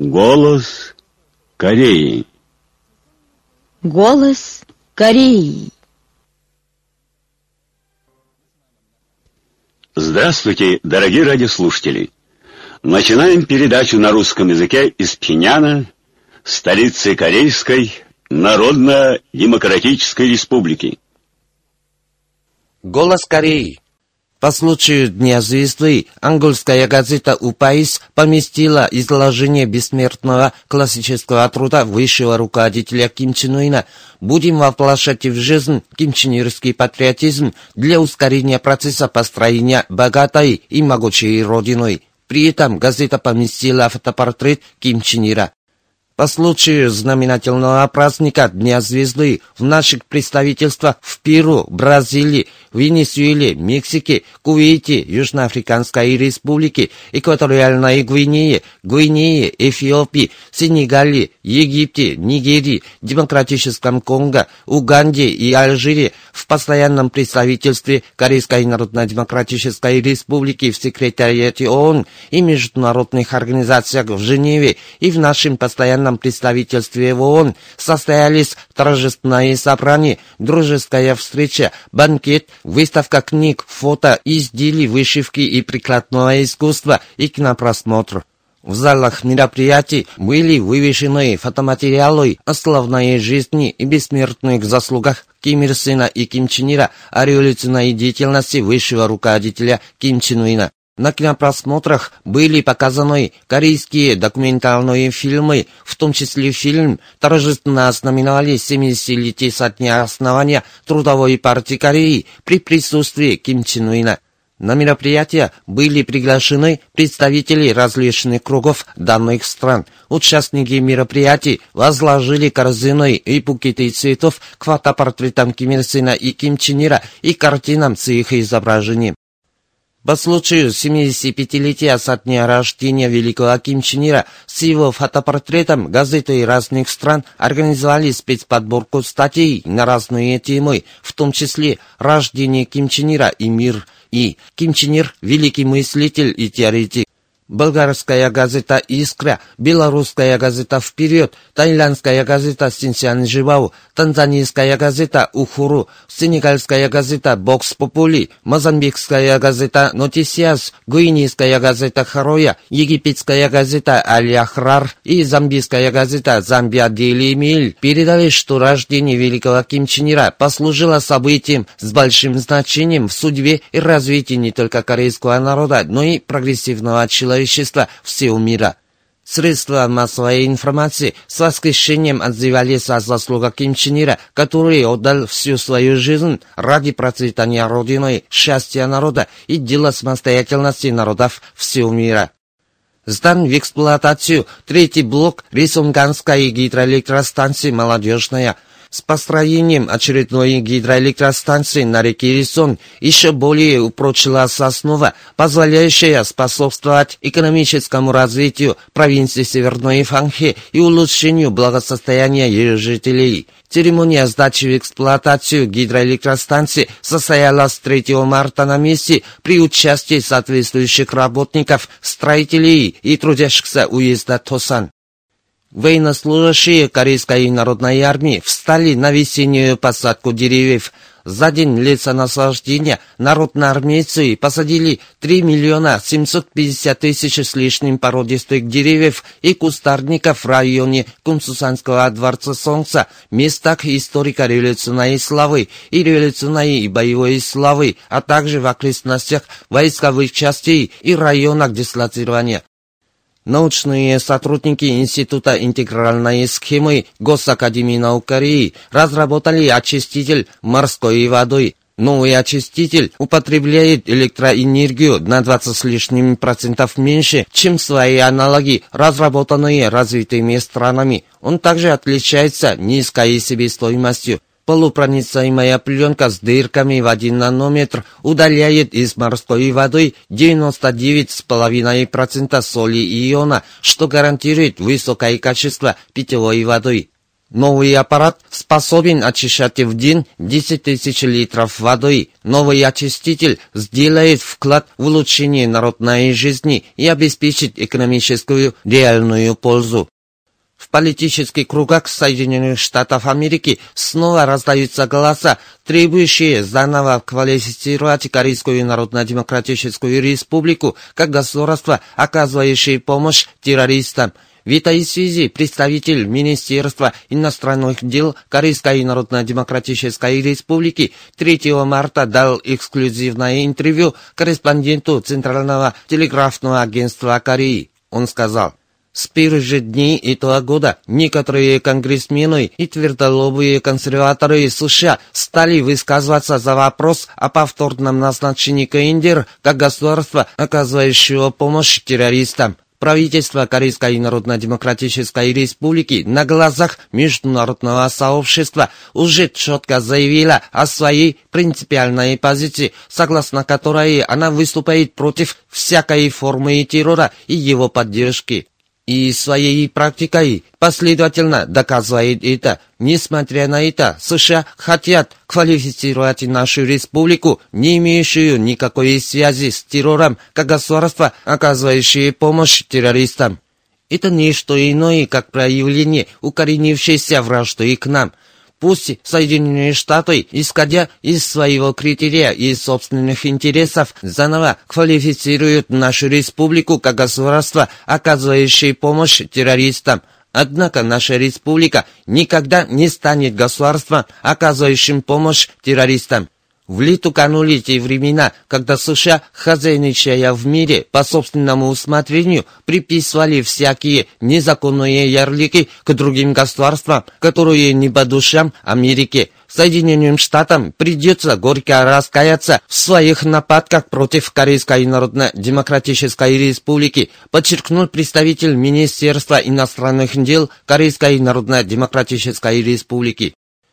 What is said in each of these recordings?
Голос Кореи. Голос Кореи. Здравствуйте, дорогие радиослушатели! Начинаем передачу на русском языке из Пхеньяна, столицы Корейской Народно-Демократической Республики. Голос Кореи. По случаю Дня Звезды английская газета «Упаис» поместила изложение бессмертного классического труда высшего руководителя Ким Чен Ына «Будем воплощать в жизнь кимченирский патриотизм для ускорения процесса построения богатой и могучей Родиной». При этом газета поместила фотопортрет Ким Чен Ира. По случаю знаменательного праздника Дня Звезды в наших представительствах в Перу, Бразилии, Венесуэле, Мексике, Кувейте, Южноафриканской Республике, Экваториальной Гвинее, Эфиопии, Сенегале, Египте, Нигерии, Демократическом Конго, Уганде и Алжире, в постоянном представительстве Корейской Народно-Демократической Республики в секретариате ООН и международных организациях в Женеве и в нашем постоянном представительстве в ООН состоялись торжественные собрания, дружеская встреча, банкет, выставка книг, фото, изделий, вышивки и прикладного искусства и кинопросмотр. В залах мероприятий были вывешены фотоматериалы о славной жизни и бессмертных заслугах Ким Ир Сена и Ким Чен Ира, о революционной деятельности высшего руководителя Ким Чен Ына. На кинопросмотрах были показаны корейские документальные фильмы, в том числе фильм, торжественно ознаменовали 70-летие со дня основания Трудовой партии Кореи при присутствии Ким Чен Ына. На мероприятие были приглашены представители различных кругов данных стран. Участники мероприятий возложили корзины и букеты цветов к фотопортретам Ким Ир Сена и Ким Чен Ира и картинам с их изображением. По случаю 75-летия со дня рождения великого Ким Чен Ира с его фотопортретом газеты разных стран организовали спецподборку статей на разные темы, в том числе «Рождение Ким Чен Ира и мир» и «Ким Чен Ир – великий мыслитель и теоретик». Болгарская газета «Искра», белорусская газета «Вперед», тайландская газета «Синьсян Живау», танзанийская газета «Ухуру», сенегальская газета «Бокс Попули», мозамбикская газета «Нотисиас», гуинийская газета «Хароя», египетская газета «Аль-Ахрар» и замбийская газета «Замбия Дейли Мейл» передали, что рождение великого Ким Чен Ира послужило событием с большим значением в судьбе и развитии не только корейского народа, но и прогрессивного человечества всего мира. Средства массовой информации с восхищением отзывались о заслугах Ким Чен Ира, который отдал всю свою жизнь ради процветания Родины, счастья народа и дела самостоятельности народов всего мира. Сдан в эксплуатацию третий блок Рисунганской гидроэлектростанции «Молодежная». С построением очередной гидроэлектростанции на реке Рисон еще более упрочилась основа, позволяющая способствовать экономическому развитию провинции Северной Фанхэ и улучшению благосостояния ее жителей. Церемония сдачи в эксплуатацию гидроэлектростанции состоялась 3 марта на месте при участии соответствующих работников, строителей и трудящихся уезда Тосан. Военнослужащие Корейской народной армии встали на весеннюю посадку деревьев. За день лесонасаждения народноармейцы посадили 3 750 000 с лишним породистых деревьев и кустарников в районе Кумсусанского дворца Солнца, местах историко-революционной славы и революционной и боевой славы, а также в окрестностях войсковых частей и районах дислоцирования. Научные сотрудники Института интегральной схемы Госакадемии наук Кореи разработали очиститель морской воды. Новый очиститель употребляет электроэнергию на 20 с лишним процентов меньше, чем свои аналоги, разработанные развитыми странами. Он также отличается низкой себестоимостью. Полупроницаемая пленка с дырками в 1 нанометр удаляет из морской воды 99,5% соли и иона, что гарантирует высокое качество питьевой воды. Новый аппарат способен очищать в день 10 тысяч литров воды. Новый очиститель сделает вклад в улучшение народной жизни и обеспечит экономическую реальную пользу. В политических кругах Соединенных Штатов Америки снова раздаются голоса, требующие заново квалифицировать Корейскую Народно-Демократическую Республику как государство, оказывающее помощь террористам. В этой связи представитель Министерства иностранных дел Корейской Народно-Демократической Республики 3 марта дал эксклюзивное интервью корреспонденту Центрального телеграфного агентства Кореи. Он сказал: «С первых же дней этого года некоторые конгрессмены и твердолобые консерваторы США стали высказываться за вопрос о повторном назначении КНДР как государства, оказывающего помощь террористам. Правительство Корейской Народно-Демократической Республики на глазах международного сообщества уже четко заявило о своей принципиальной позиции, согласно которой она выступает против всякой формы террора и его поддержки. И своей практикой последовательно доказывает это. Несмотря на это, США хотят квалифицировать нашу республику, не имеющую никакой связи с террором, как государство, оказывающее помощь террористам. Это не что иное, как проявление укоренившейся вражды к нам. Пусть Соединенные Штаты, исходя из своего критерия и собственных интересов, заново квалифицируют нашу республику как государство, оказывающее помощь террористам. Однако наша республика никогда не станет государством, оказывающим помощь террористам. В лету канули те времена, когда США, хозяйничая в мире по собственному усмотрению, приписывали всякие незаконные ярлыки к другим государствам, которые не по душам Америке. Соединенным Штатам придется горько раскаяться в своих нападках против Корейской Народно-Демократической Республики, подчеркнул представитель Министерства иностранных дел Корейской Народно-Демократической Республики.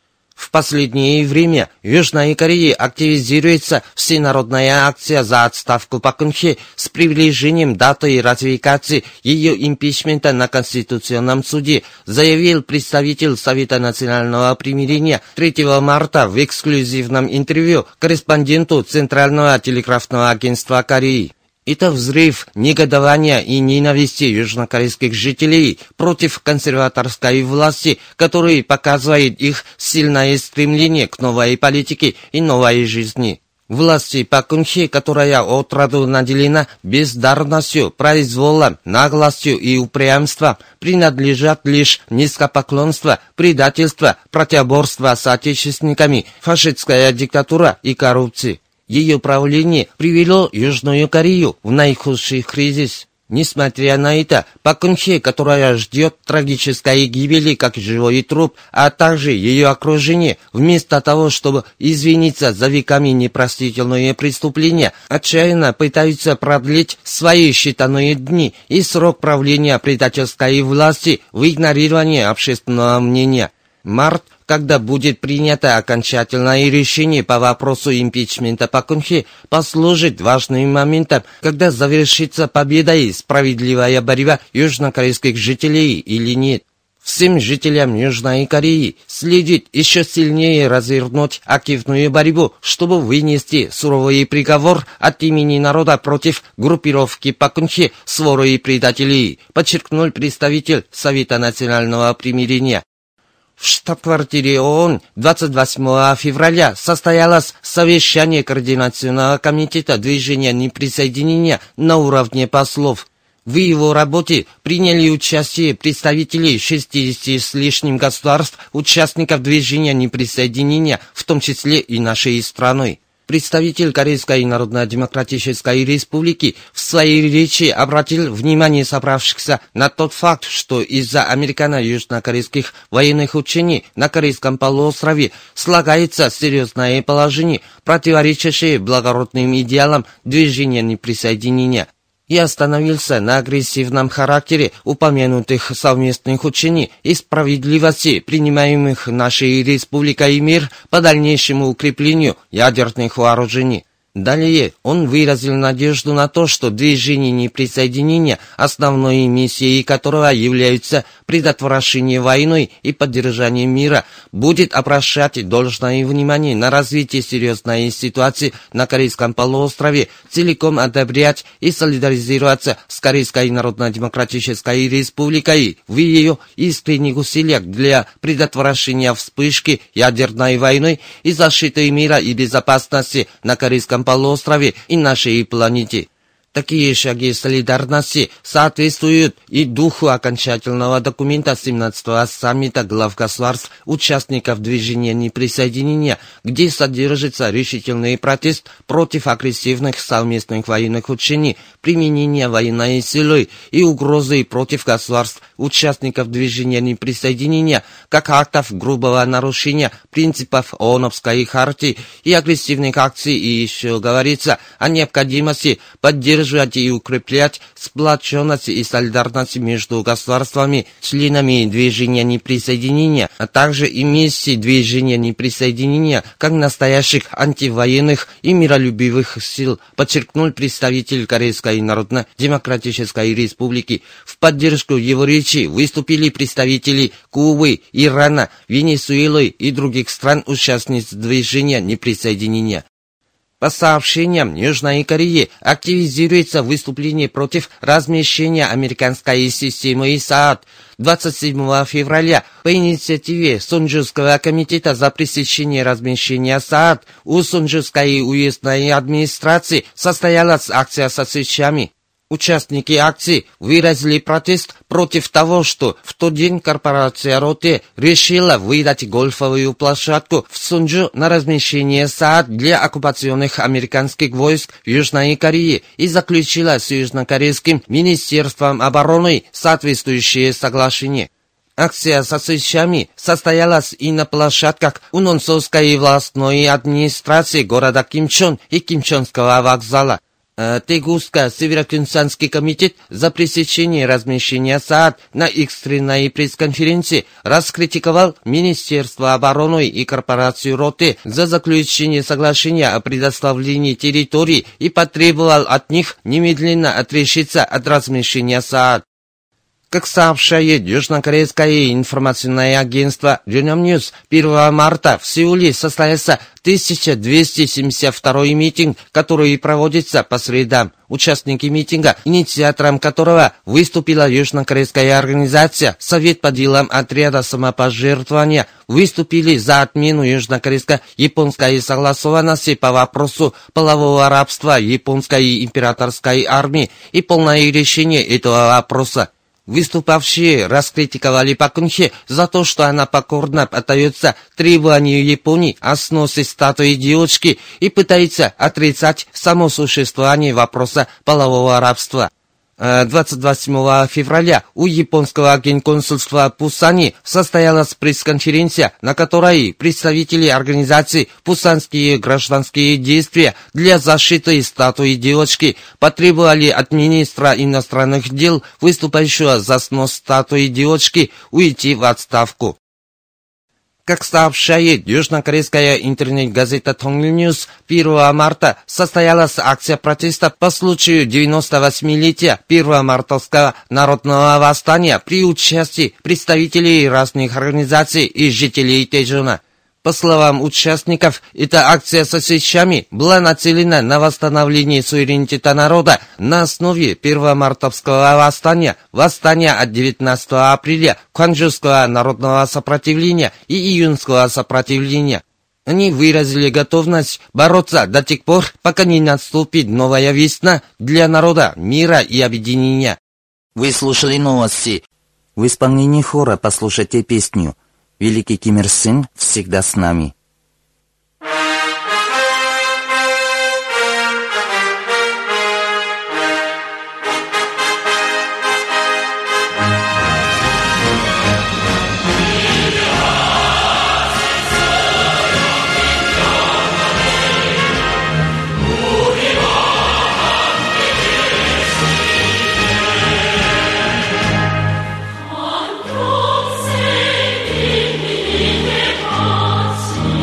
В последнее время в Южной Корее активизируется всенародная акция за отставку Пак Кын Хе с приближением даты ратификации ее импичмента на Конституционном суде, заявил представитель Совета национального примирения 3 марта в эксклюзивном интервью корреспонденту Центрального телеграфного агентства Кореи. Это взрыв негодования и ненависти южнокорейских жителей против консерваторской власти, который показывает их сильное стремление к новой политике и новой жизни. Власти Пак Кын Хе, которая отроду наделена бездарностью, произволом, наглостью и упрямством, принадлежат лишь низкопоклонство, предательство, противоборство с отечественниками, фашистская диктатура и коррупция. Ее правление привело Южную Корею в наихудший кризис. Несмотря на это, Пак Кын Хе, которая ждет трагической гибели как живой труп, а также ее окружение, вместо того, чтобы извиниться за веками непростительные преступления, отчаянно пытаются продлить свои считанные дни и срок правления предательской власти в игнорировании общественного мнения. Март, когда будет принято окончательное решение по вопросу импичмента Пак Кын Хе, послужит важным моментом, когда завершится победой справедливая борьба южнокорейских жителей или нет. Всем жителям Южной Кореи следует еще сильнее развернуть активную борьбу, чтобы вынести суровый приговор от имени народа против группировки Пак Кын Хе, своры и предателей, подчеркнул представитель Совета национального примирения. В штаб-квартире ООН 28 февраля состоялось совещание Координационного комитета движения неприсоединения на уровне послов. В его работе приняли участие представители 60 с лишним государств, участников движения неприсоединения, в том числе и нашей страны. Представитель Корейской Народно-Демократической Республики в своей речи обратил внимание собравшихся на тот факт, что из-за американо-южнокорейских военных учений на Корейском полуострове слагается серьезное положение, противоречащее благородным идеалам движения неприсоединения. И остановился на агрессивном характере упомянутых совместных учений и справедливости, принимаемых нашей республикой мер по дальнейшему укреплению ядерных вооружений. Далее он выразил надежду на то, что движение неприсоединения, основной миссией которого является предотвращение войны и поддержание мира, будет обращать должное внимание на развитие серьезной ситуации на Корейском полуострове, целиком одобрять и солидаризироваться с Корейской Народно-Демократической Республикой в ее искренних усилиях для предотвращения вспышки ядерной войны и защиты мира и безопасности на Корейском полуострове и нашей планете. Такие шаги солидарности соответствуют и духу окончательного документа 17-го саммита глав государств, участников движения неприсоединения, где содержится решительный протест против агрессивных совместных военных учений, применения военной силы и угрозы против государств, участников движения неприсоединения, как актов грубого нарушения принципов ООНовской хартии и агрессивных акций, и еще говорится о необходимости поддерживать и укреплять сплоченность и солидарность между государствами, членами движения неприсоединения, а также и миссии движения неприсоединения как настоящих антивоенных и миролюбивых сил, подчеркнул представитель Корейской Народно-Демократической Республики. В поддержку его речи выступили представители Кубы, Ирана, Венесуэлы и других стран-участниц движения неприсоединения. По сообщениям Южной Кореи, активизируется выступление против размещения американской системы ИСААД. 27 февраля по инициативе Сонджусского комитета за пресечение размещения СААД у Сонджусской уездной администрации состоялась акция со свечами. Участники акции выразили протест против того, что в тот день корпорация Роте решила выдать гольфовую площадку в Сонджу на размещение СААД для оккупационных американских войск Южной Кореи и заключила с южнокорейским министерством обороны соответствующее соглашение. Акция со свечами состоялась и на площадках у Нонсовской властной администрации города Кимчон и Кимчонского вокзала. Тегуско-Северокунсанский комитет за пресечение размещения СААД на экстренной пресс-конференции раскритиковал Министерство обороны и корпорацию Роте за заключение соглашения о предоставлении территории и потребовал от них немедленно отрешиться от размещения СААД. Как сообщает южнокорейское информационное агентство Yonhap News, 1 марта в Сеуле состоялся 1272-й митинг, который проводится по средам. Участники митинга, инициатором которого выступила южнокорейская организация «Совет по делам отряда самопожертвования», выступили за отмену южнокорейско-японской согласованности по вопросу полового рабства японской императорской армии и полное решение этого вопроса. Выступавшие раскритиковали Пак Кын Хе за то, что она покорно отдается требованию Японии о сносе статуи девочки и пытается отрицать само существование вопроса полового рабства. 28 февраля у японского генконсульства в Пусане состоялась пресс-конференция, на которой представители организации «Пусанские гражданские действия для защиты статуи девочки» потребовали от министра иностранных дел, выступающего за снос статуи девочки, уйти в отставку. Как сообщает южнокорейская интернет-газета Тongil News, 1 марта состоялась акция протеста по случаю 98-летия Первомартовского народного восстания при участии представителей разных организаций и жителей Тэджуна. По словам участников, эта акция со свечами была нацелена на восстановление суверенитета народа на основе Первомартовского восстания от 19 апреля, Кванджуского народного сопротивления и июньского сопротивления. Они выразили готовность бороться до тех пор, пока не наступит новая весна для народа, мира и объединения. Вы слушали новости. В исполнении хора послушайте песню «Великий Ким Ир Сен всегда с нами». Sim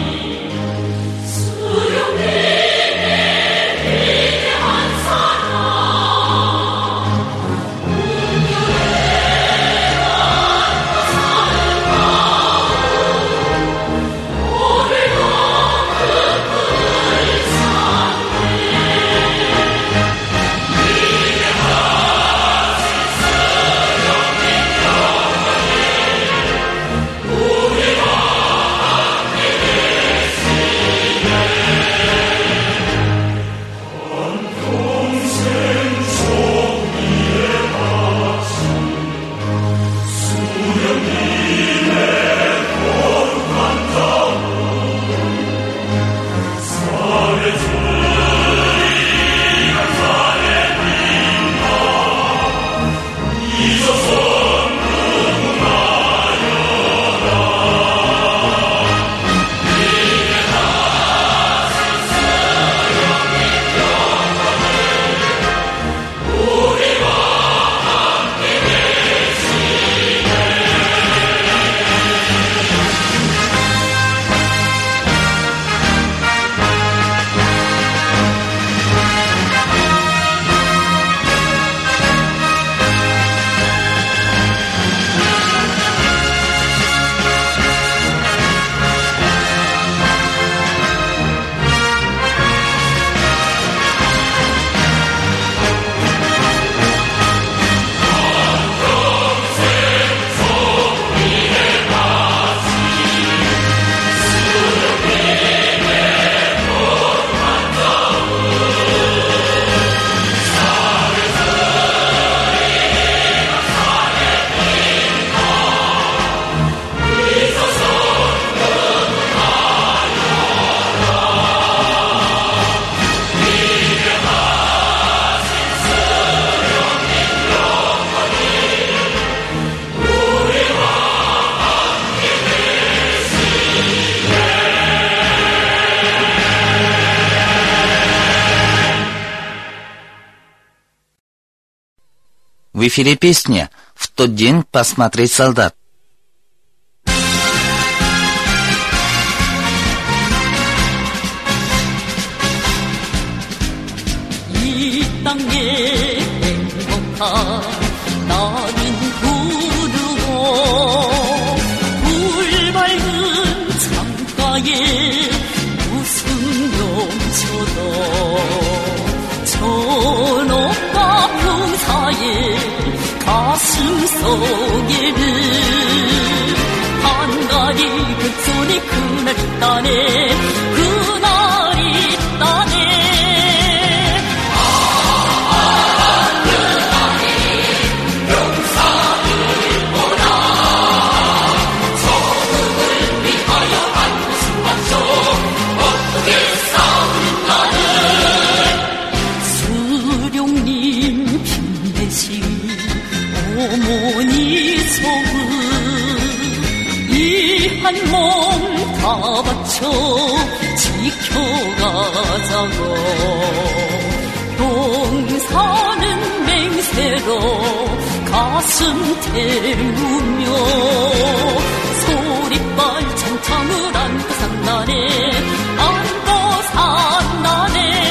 В эфире песня «В тот день посмотреть солдат». 이 땅에 행복한 나는 부르고 붉은 창가에 웃음 넘쳐도 천옥과 평사에 가슴 속에는 한가리 백손이 그날 있다네 그날 있다네 어머니 속은 이 한 몸 다 바쳐 지켜가자고 동사는 맹세로 가슴 태우며 소리빨 창창을 안고 산다네 안고 산다네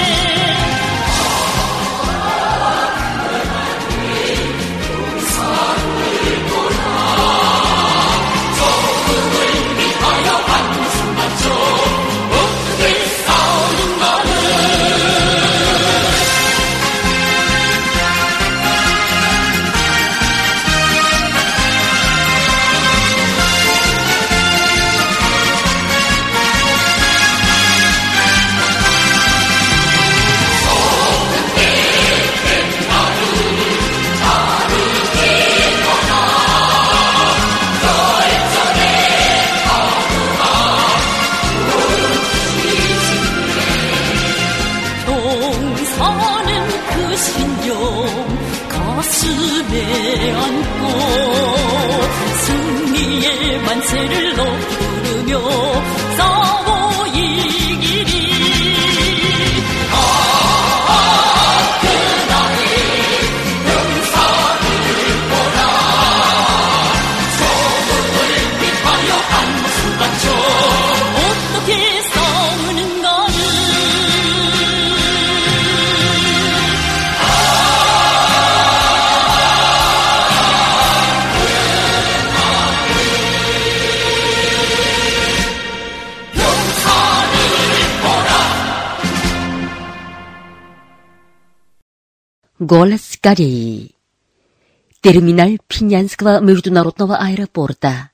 가슴에 안고 승리의 만세를 높이 부르며 싸워 이기리 그날의 병사를 보라 소금을 위하여 한 모습 바쳐 어떻게 싸우는가는 Голос Кореи. Терминал Пхеньянского международного аэропорта.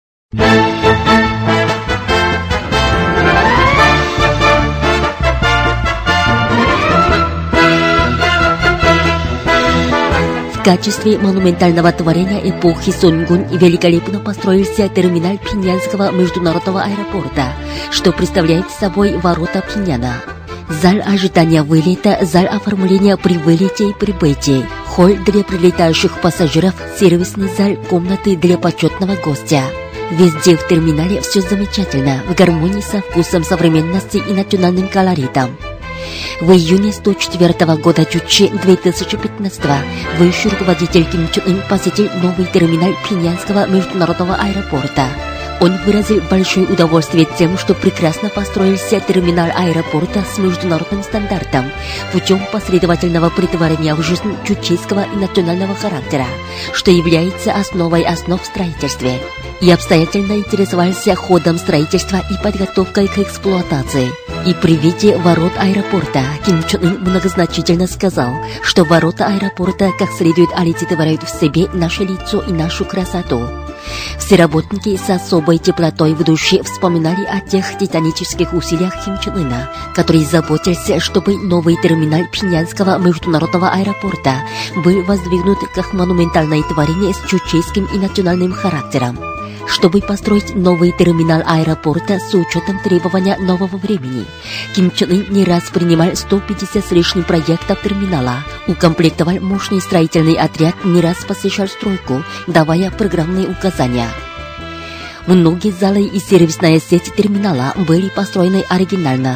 В качестве монументального творения эпохи Сонгун великолепно построился терминал Пхеньянского международного аэропорта, что представляет собой ворота Пхеньяна. Зал ожидания вылета, зал оформления при вылете и прибытии, холл для прилетающих пассажиров, сервисный зал, комнаты для почетного гостя. Везде в терминале все замечательно, в гармонии со вкусом современности и национальным колоритом. В июне 104 года Чучи 2015 высший руководитель Ким Чен Ын посетил новый терминал Пхеньянского международного аэропорта. Он выразил большое удовольствие тем, что прекрасно построился терминал аэропорта с международным стандартом путем последовательного претворения в жизнь чучейского и национального характера, что является основой основ в строительстве, и обстоятельно интересовался ходом строительства и подготовкой к эксплуатации. И при виде ворот аэропорта Ким Чен Ын многозначительно сказал, что ворота аэропорта как следует олицетворяют в себе наше лицо и нашу красоту. Все работники с особой теплотой в душе вспоминали о тех титанических усилиях Ким Чен Ына, который заботился, чтобы новый терминал Пхеньянского международного аэропорта был воздвигнут как монументальное творение с чучейским и национальным характером. Чтобы построить новый терминал аэропорта с учетом требования нового времени, Ким Чен Ын не раз принимал 150 с лишним проектов терминала, укомплектовал мощный строительный отряд, не раз посещал стройку, давая программные указания. Многие залы и сервисная сеть терминала были построены оригинально.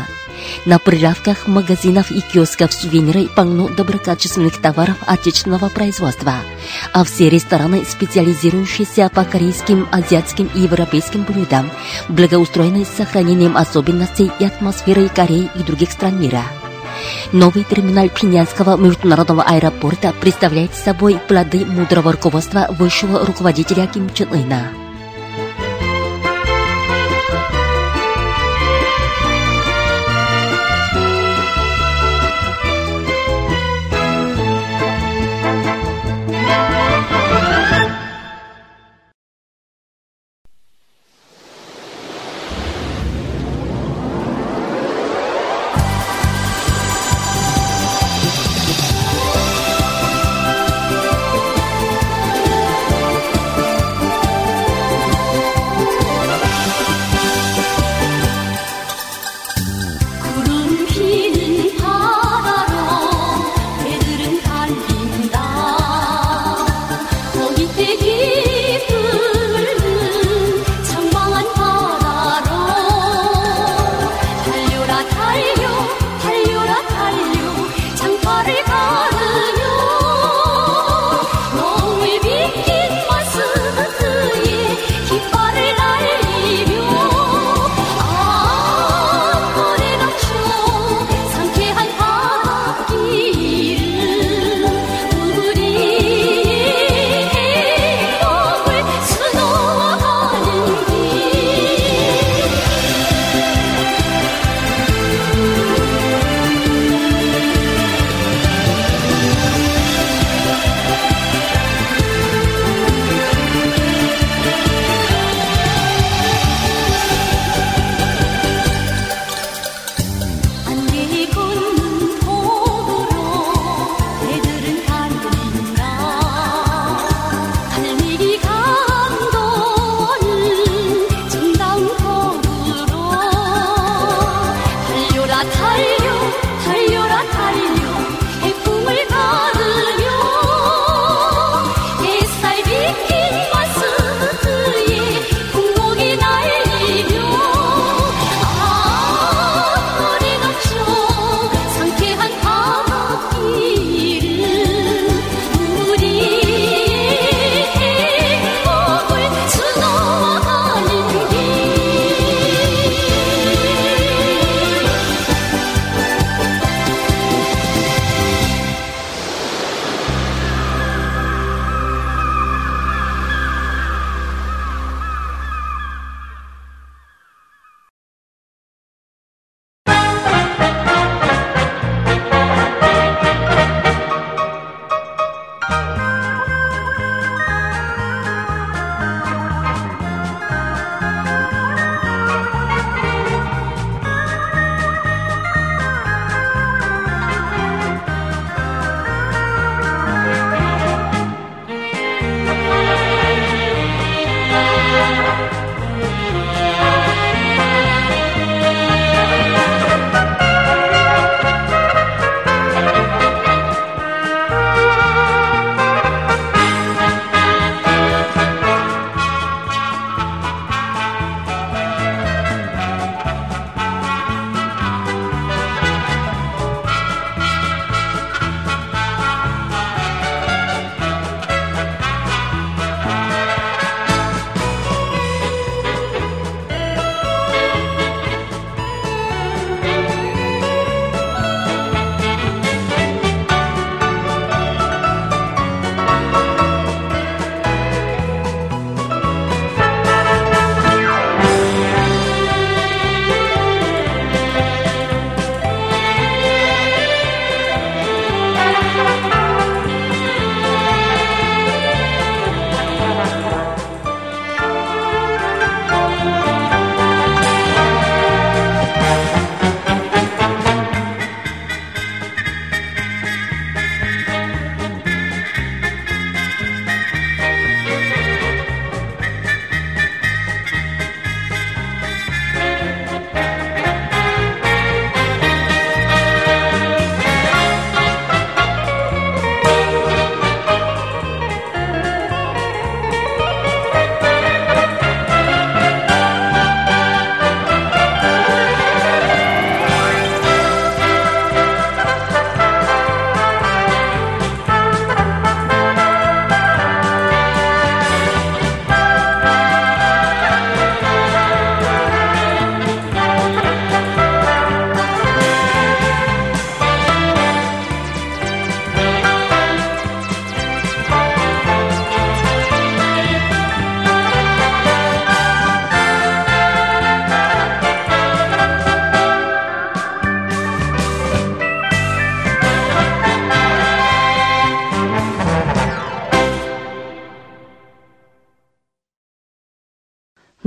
На прилавках магазинов и киосков сувениры полно доброкачественных товаров отечественного производства, а все рестораны, специализирующиеся по корейским, азиатским и европейским блюдам, благоустроены с сохранением особенностей и атмосферы Кореи и других стран мира. Новый терминал Пхеньянского международного аэропорта представляет собой плоды мудрого руководства высшего руководителя Ким Чен Ына.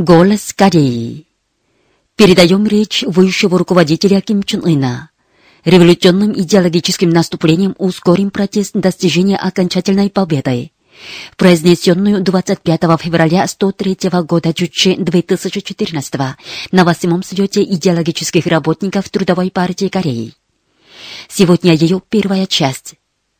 Голос Кореи. Передаем речь высшего руководителя Ким Чен Ына. Революционным идеологическим наступлением ускорим процесс достижения окончательной победы, произнесенную 25 февраля 103 года Чучхе 2014 на 8-м слете идеологических работников Трудовой партии Кореи. Сегодня ее первая часть.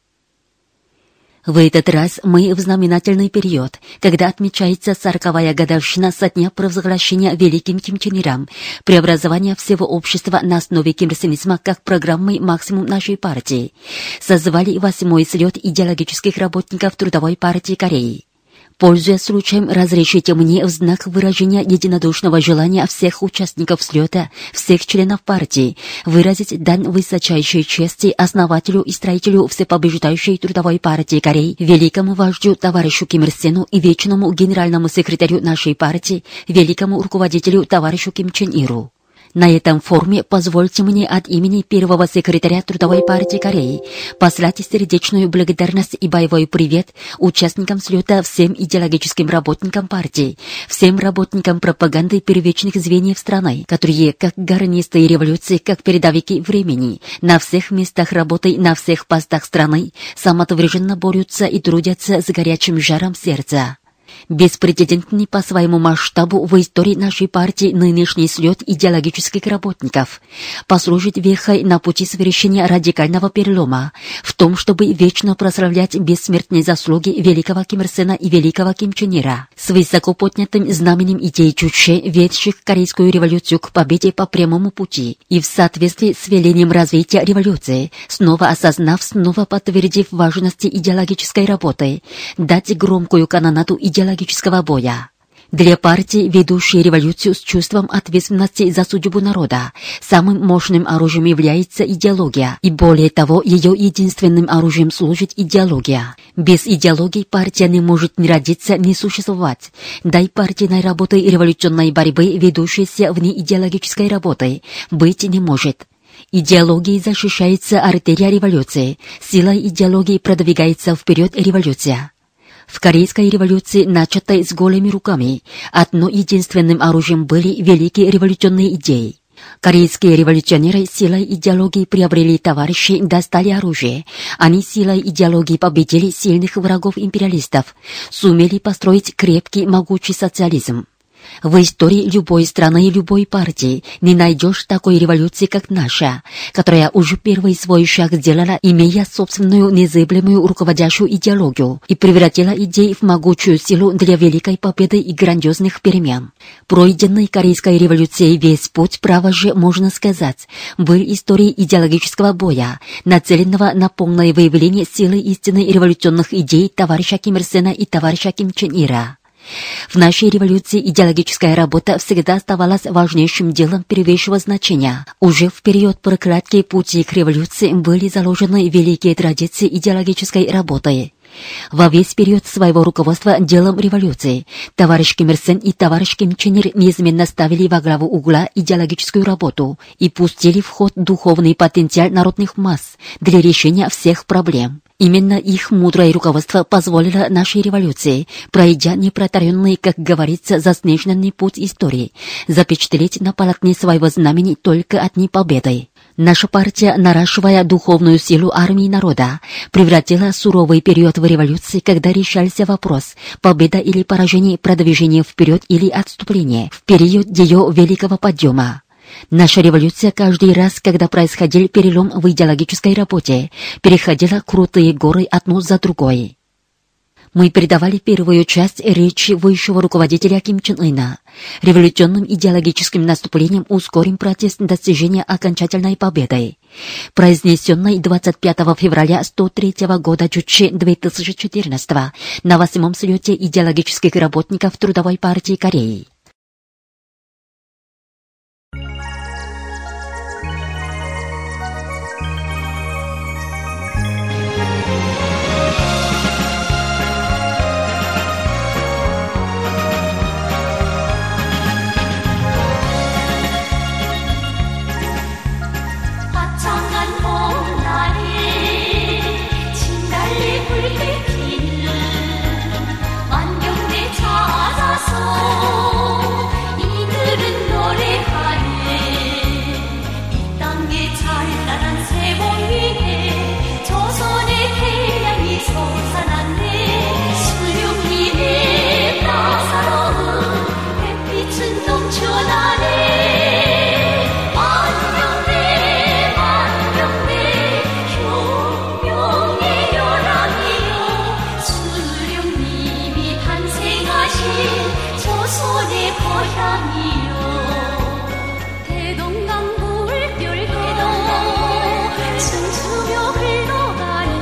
В этот раз мы в знаменательный период, когда отмечается 40-я годовщина со дня провозглашения великим Ким Чен Иром преобразования всего общества на основе кимирсинизма как программы максимум нашей партии, созвали 8-й слет идеологических работников Трудовой партии Кореи. Пользуясь случаем, разрешите мне в знак выражения единодушного желания всех участников слета, всех членов партии, выразить дань высочайшей чести основателю и строителю всепобеждающей Трудовой партии Кореи, великому вождю товарищу Ким Ир Сену и вечному генеральному секретарю нашей партии, великому руководителю товарищу Ким Чен Иру. На этом форуме позвольте мне от имени первого секретаря Трудовой партии Кореи послать сердечную благодарность и боевой привет участникам слета всем идеологическим работникам партии, всем работникам пропаганды первичных звеньев страны, которые, как гарнисты революции, как передовики времени, на всех местах работы, на всех постах страны, самоотверженно борются и трудятся с горячим жаром сердца. Беспрецедентный по своему масштабу в истории нашей партии нынешний слет идеологических работников послужит вехой на пути совершения радикального перелома в том, чтобы вечно прославлять бессмертные заслуги великого Ким Ир Сена и великого Ким Чен Ира, с высоко поднятым знаменем идей Чучхе, ведущих Корейскую революцию к победе по прямому пути, и в соответствии с велением развития революции, снова осознав, снова подтвердив важность идеологической работы, дать громкую канонаду идеологического боя. Для партии, ведущей революцию с чувством ответственности за судьбу народа, самым мощным оружием является идеология, и более того, ее единственным оружием служит идеология. Без идеологии партия не может ни родиться, ни существовать. Да и партийной работы и революционной борьбы, ведущейся вне идеологической работы, быть не может. Идеологией защищается артерия революции, силой идеологии продвигается вперед революция. В Корейской революции, начатой с голыми руками, одно единственным оружием были великие революционные идеи. Корейские революционеры силой идеологии приобрели товарищей, достали оружие. Они силой идеологии победили сильных врагов империалистов, сумели построить крепкий, могучий социализм. В истории любой страны и любой партии не найдешь такой революции, как наша, которая уже первый свой шаг сделала, имея собственную незыблемую руководящую идеологию, и превратила идеи в могучую силу для великой победы и грандиозных перемен. Пройденный Корейской революцией весь путь, право же, можно сказать, был историей идеологического боя, нацеленного на полное выявление силы истинной революционных идей товарища Ким Ир Сена и товарища Ким Чен Ира. В нашей революции идеологическая работа всегда оставалась важнейшим делом первейшего значения. Уже в период прокладки пути к революции были заложены великие традиции идеологической работы. Во весь период своего руководства делом революции товарищ Ким Ир Сен и товарищ Ким Чен Ир неизменно ставили во главу угла идеологическую работу и пустили в ход духовный потенциал народных масс для решения всех проблем. Именно их мудрое руководство позволило нашей революции, пройдя непротаренный, как говорится, заснеженный путь истории, запечатлеть на полотне своего знамени только одни победы. Наша партия, наращивая духовную силу армии народа, превратила суровый период в революции, когда решался вопрос победа или поражение, продвижение вперед или отступление, в период ее великого подъема. Наша революция каждый раз, когда происходил перелом в идеологической работе, переходила крутые горы одну за другой. Мы передавали первую часть речи высшего руководителя Ким Чен Ына. Революционным идеологическим наступлением ускорим процесс достижения окончательной победы, произнесенной 25 февраля 103 года Чучхе 2014 на 8-м слете идеологических работников Трудовой партии Кореи. 만경대 찾아서 전하네 만명대 만명대 혁명의 열왕이여 수령님이 탄생하신 조선의 고향이여 대동강물 별개도 춤추며 흘러가는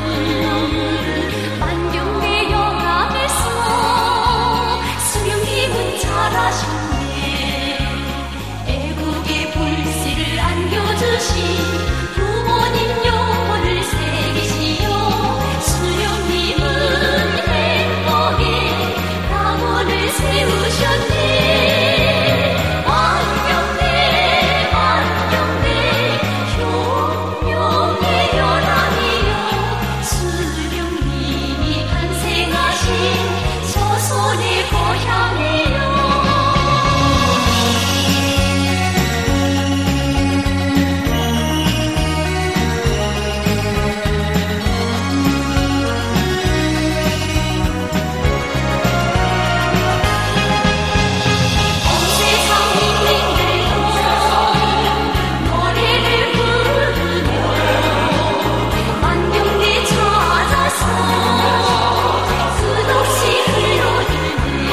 만경대 영암에서 수령님은 잘하셨네 애국의 불씨를 안겨주신 부모님 영혼을 새기시오 수령님은 행복의 ram원을 세우셨네 만경대 만경대 혁명의 열왕이여 수령님이 탄생하신 조선의 고향이여 온 세상 인민들도 노래를 부르며 만경대 찾아서 끝없이 흘러들네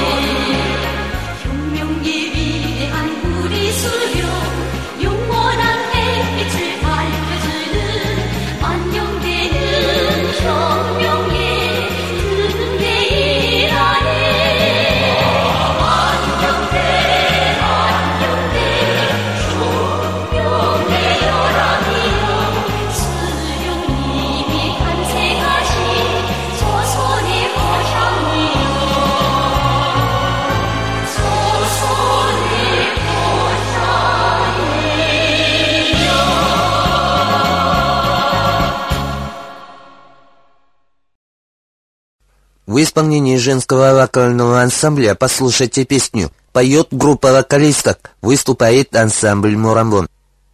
혁명의 위대한 우리 수령 영원한 햇빛을 밝혀주는 만경대는 혁명의 등대이라네 만경대 만경대 혁명의 열왕이여 수령님이 탄생하신 조선의 고향이여 조선의 고향이여 В исполнении женского вокального ансамбля послушайте песню. Поет группа вокалисток, выступает ансамбль «Морамбон».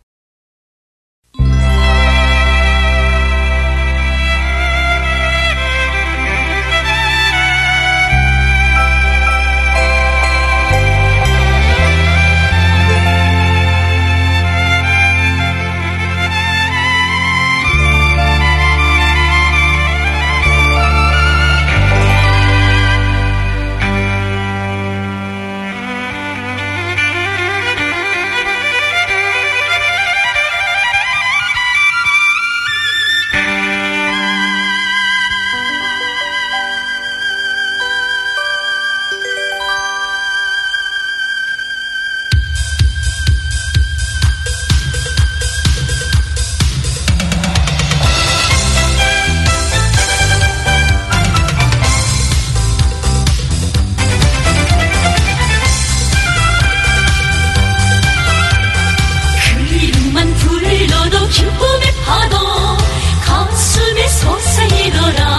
그 이름만 불러도 기쁨의 파도 가슴에 솟아일어라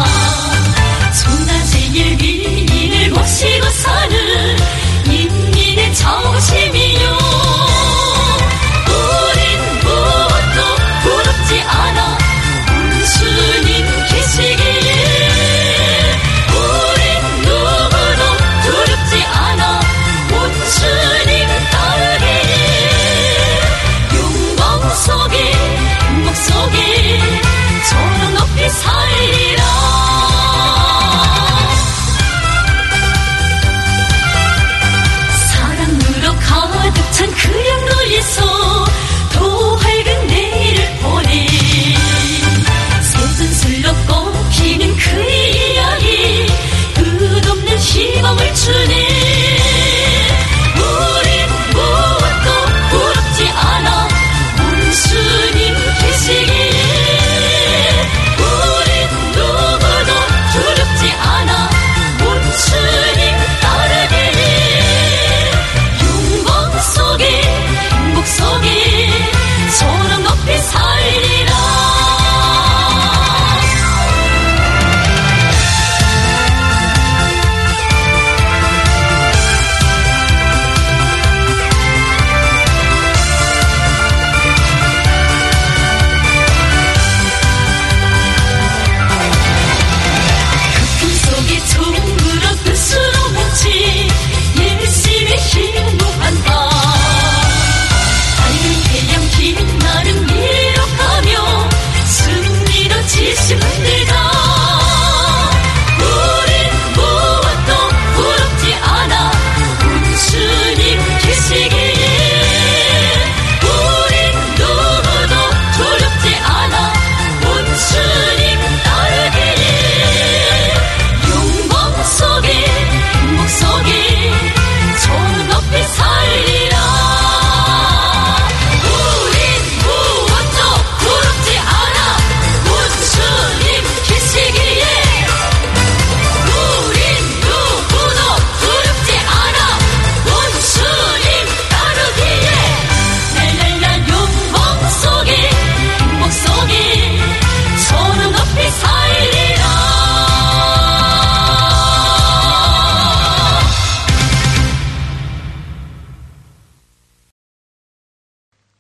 천하제일 위인을 모시고 사는 인민의 자부심이요 우린 무엇도 부럽지 않아 군수님 계시기에 우린 누구도 두렵지 않아 군수님 따르기에 영광 속에 행복 속에 저는 높이 살리라 사랑으로 가득 찬 그 영로에서 더 밝은 내일을 보내 새순슬로 꽃피는 그의 이야기 끝없는 희망을 주네 우린 무엇도 부럽지 않아 군수님 계시기에 우린 누구도 두렵지 않아 군수님 따르기에 영광 속에 행복 속에 소름 높이 살리라 그 속에 둥그런 뜻으로 뭉친 열심히 행복한다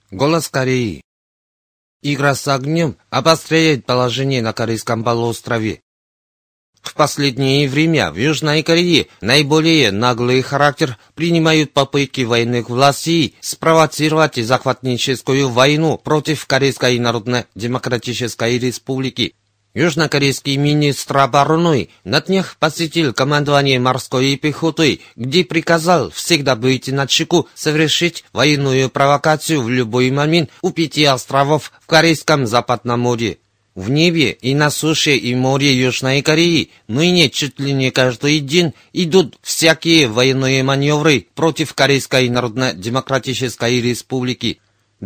Голос Кореи. Игра с огнем обостряет положение на Корейском полуострове. В последнее время в Южной Корее наиболее наглый характер принимают попытки военных властей спровоцировать захватническую войну против Корейской Народно-Демократической Республики. Южнокорейский министр обороны на днях посетил командование морской пехоты, где приказал всегда быть начеку совершить военную провокацию в любой момент у 5 островов в Корейском Западном море. В небе и на суше и море Южной Кореи ныне чуть ли не каждый день идут всякие военные маневры против Корейской Народно-Демократической Республики.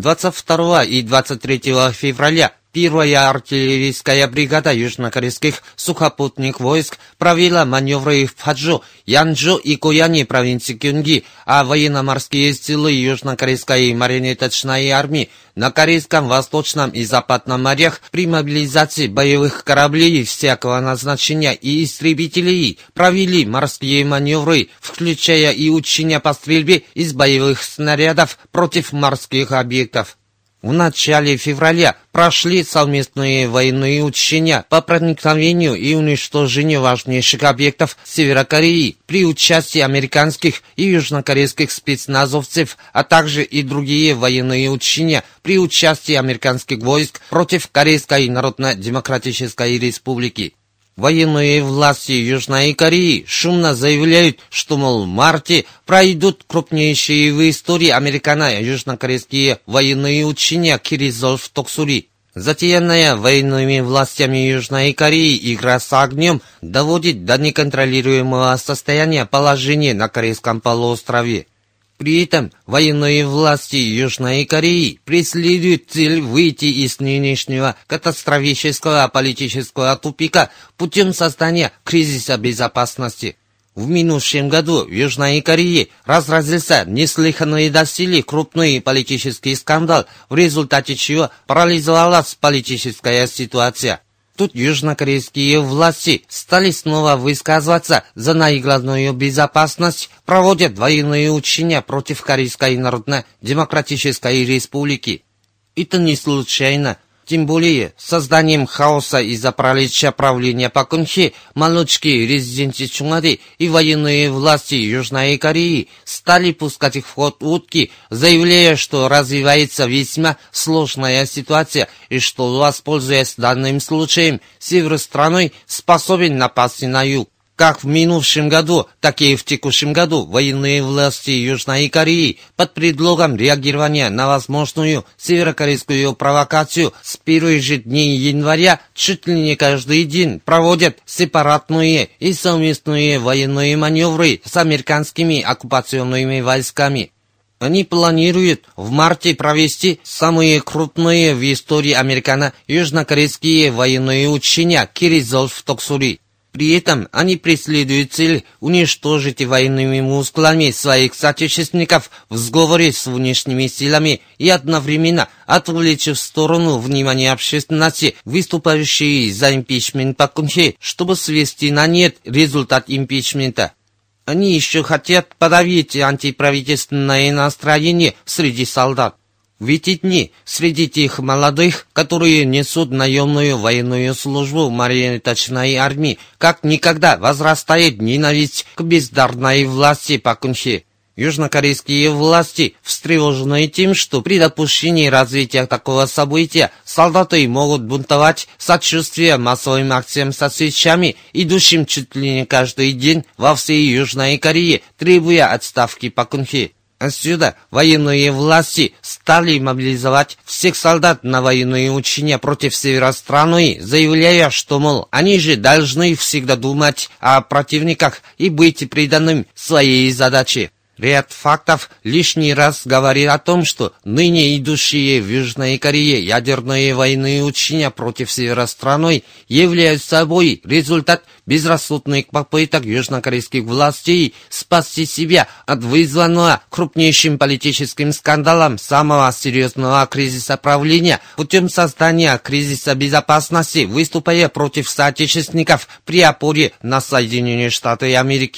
22 и 23 февраля Первая артиллерийская бригада южнокорейских сухопутных войск провела маневры в Пхаджо, Янджо и Гояни провинции Гёнги, а военно-морские силы южнокорейской марионеточной армии на Корейском Восточном и Западном морях при мобилизации боевых кораблей всякого назначения и истребителей провели морские маневры, включая и учения по стрельбе из боевых снарядов против морских объектов. В начале февраля прошли совместные военные учения по проникновению и уничтожению важнейших объектов Севера Кореи при участии американских и южнокорейских спецназовцев, а также и другие военные учения при участии американских войск против Корейской Народно-Демократической Республики. Военные власти Южной Кореи шумно заявляют, что, мол, в марте пройдут крупнейшие в истории американо-южнокорейские военные учения Киризол в Токсури. Затеянная военными властями Южной Кореи игра с огнем доводит до неконтролируемого состояния положения на Корейском полуострове. При этом военные власти Южной Кореи преследуют цель выйти из нынешнего катастрофического политического тупика путем создания кризиса безопасности. В минувшем году в Южной Корее разразился неслыханный доселе крупный политический скандал, в результате чего парализовалась политическая ситуация. Тут южнокорейские власти стали снова высказываться за наиглавную безопасность, проводят военные учения против Корейской Народно-Демократической Республики. Это не случайно. Тем более, созданием хаоса из-за паралича правления Пак Кын Хе, молодчики резиденции Чунгаде и военные власти Южной Кореи стали пускать в ход утки, заявляя, что развивается весьма сложная ситуация и что, воспользуясь данным случаем, север страны способен напасть на юг. Как в минувшем году, так и в текущем году военные власти Южной Кореи под предлогом реагирования на возможную северокорейскую провокацию с первых же дней января чуть ли не каждый день проводят сепаратные и совместные военные маневры с американскими оккупационными войсками. Они планируют в марте провести самые крупные в истории американо-южнокорейские военные учения Киризол в Токсури. При этом они преследуют цель уничтожить военными мускулами своих соотечественников в сговоре с внешними силами и одновременно отвлечь в сторону внимания общественности, выступающей за импичмент Пак Кын Хе, чтобы свести на нет результат импичмента. Они еще хотят подавить антиправительственное настроение среди солдат. В эти дни среди тех молодых, которые несут наемную военную службу в марионеточной армии, как никогда возрастает ненависть к бездарной власти Пак Кын Хе. Южнокорейские власти встревожены тем, что при допущении развития такого события солдаты могут бунтовать, сочувствуя массовым акциям со свечами, идущим чуть ли не каждый день во всей Южной Корее, требуя отставки Пак Кын Хе. Отсюда военные власти стали мобилизовать всех солдат на военные учения против севера страны, заявляя, что, мол, они же должны всегда думать о противниках и быть преданным своей задаче. Ряд фактов лишний раз говорит о том, что ныне идущие в Южной Корее ядерные военные учения против севера страны являются собой результат безрассудных попыток южнокорейских властей спасти себя от вызванного крупнейшим политическим скандалом самого серьезного кризиса правления путем создания кризиса безопасности, выступая против соотечественников при опоре на Соединенные Штаты Америки.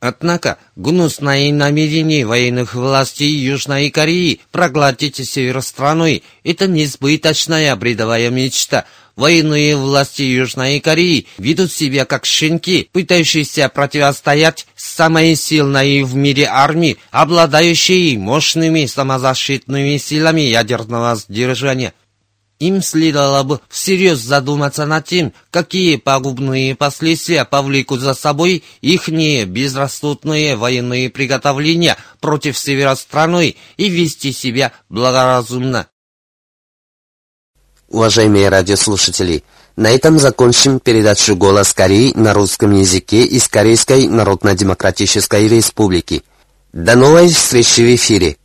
Однако гнусное намерение военных властей Южной Кореи проглотить север страной – это несбыточная бредовая мечта. Военные власти Южной Кореи ведут себя как щенки, пытающиеся противостоять самой сильной в мире армии, обладающей мощными самозащитными силами ядерного сдержания. Им следовало бы всерьез задуматься над тем, какие пагубные последствия повлекут за собой ихние безрассудные военные приготовления против севера страны и вести себя благоразумно. Уважаемые радиослушатели, на этом закончим передачу «Голос Кореи» на русском языке из Корейской Народно-Демократической Республики. До новой встречи в эфире!